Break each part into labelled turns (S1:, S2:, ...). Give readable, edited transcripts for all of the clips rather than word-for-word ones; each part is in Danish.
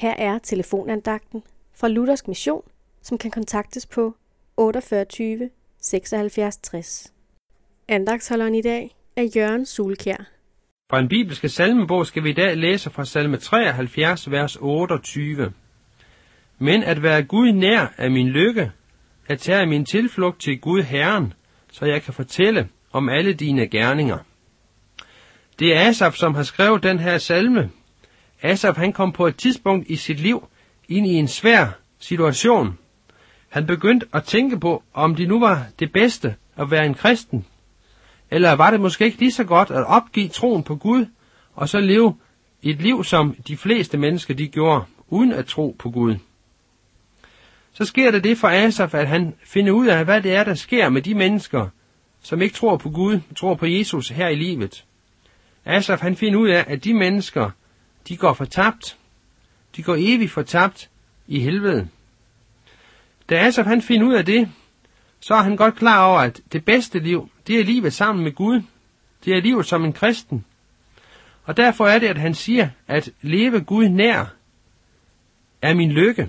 S1: Her er telefonandagten fra Luthersk Mission, som kan kontaktes på 48 76 60. Andagtsholderen i dag er Jørgen Sulkjær.
S2: Fra en bibelske salmebog skal vi i dag læse fra salme 73, vers 28. Men at være Gud nær er min lykke, at tage min tilflugt til Gud Herren, så jeg kan fortælle om alle dine gerninger. Det er Asaf, som har skrevet den her salme. Asaf, han kom på et tidspunkt i sit liv ind i en svær situation. Han begyndte at tænke på, om det nu var det bedste at være en kristen. Eller var det måske ikke lige så godt at opgive troen på Gud, og så leve et liv, som de fleste mennesker de gjorde, uden at tro på Gud. Så sker det for Asaf, at han finder ud af, hvad det er, der sker med de mennesker, som ikke tror på Gud, tror på Jesus her i livet. Asaf, han finder ud af, at de mennesker, de går fortabt. De går evigt fortabt i helvede. Da Asaf, han finder ud af det, så er han godt klar over, at det bedste liv, det er livet sammen med Gud. Det er livet som en kristen. Og derfor er det, at han siger, at leve Gud nær er min lykke.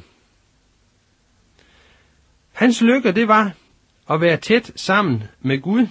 S2: Hans lykke, det var at være tæt sammen med Gud.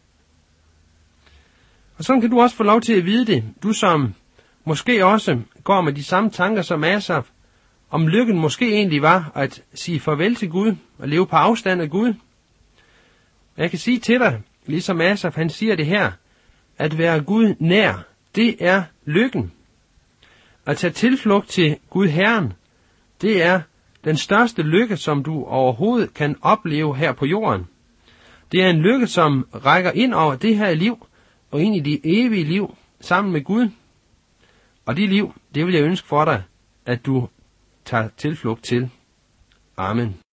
S2: Og sådan kan du også få lov til at vide det. Du som måske også går med de samme tanker som Asaf, om lykken måske egentlig var at sige farvel til Gud og leve på afstand af Gud. Jeg kan sige til dig, ligesom Asaf, han siger det her, at være Gud nær, det er lykken. At tage tilflugt til Gud Herren, det er den største lykke, som du overhovedet kan opleve her på jorden. Det er en lykke, som rækker ind over det her liv, og ind i det evige liv sammen med Gud. Og det liv, det vil jeg ønske for dig, at du tager tilflugt til. Amen.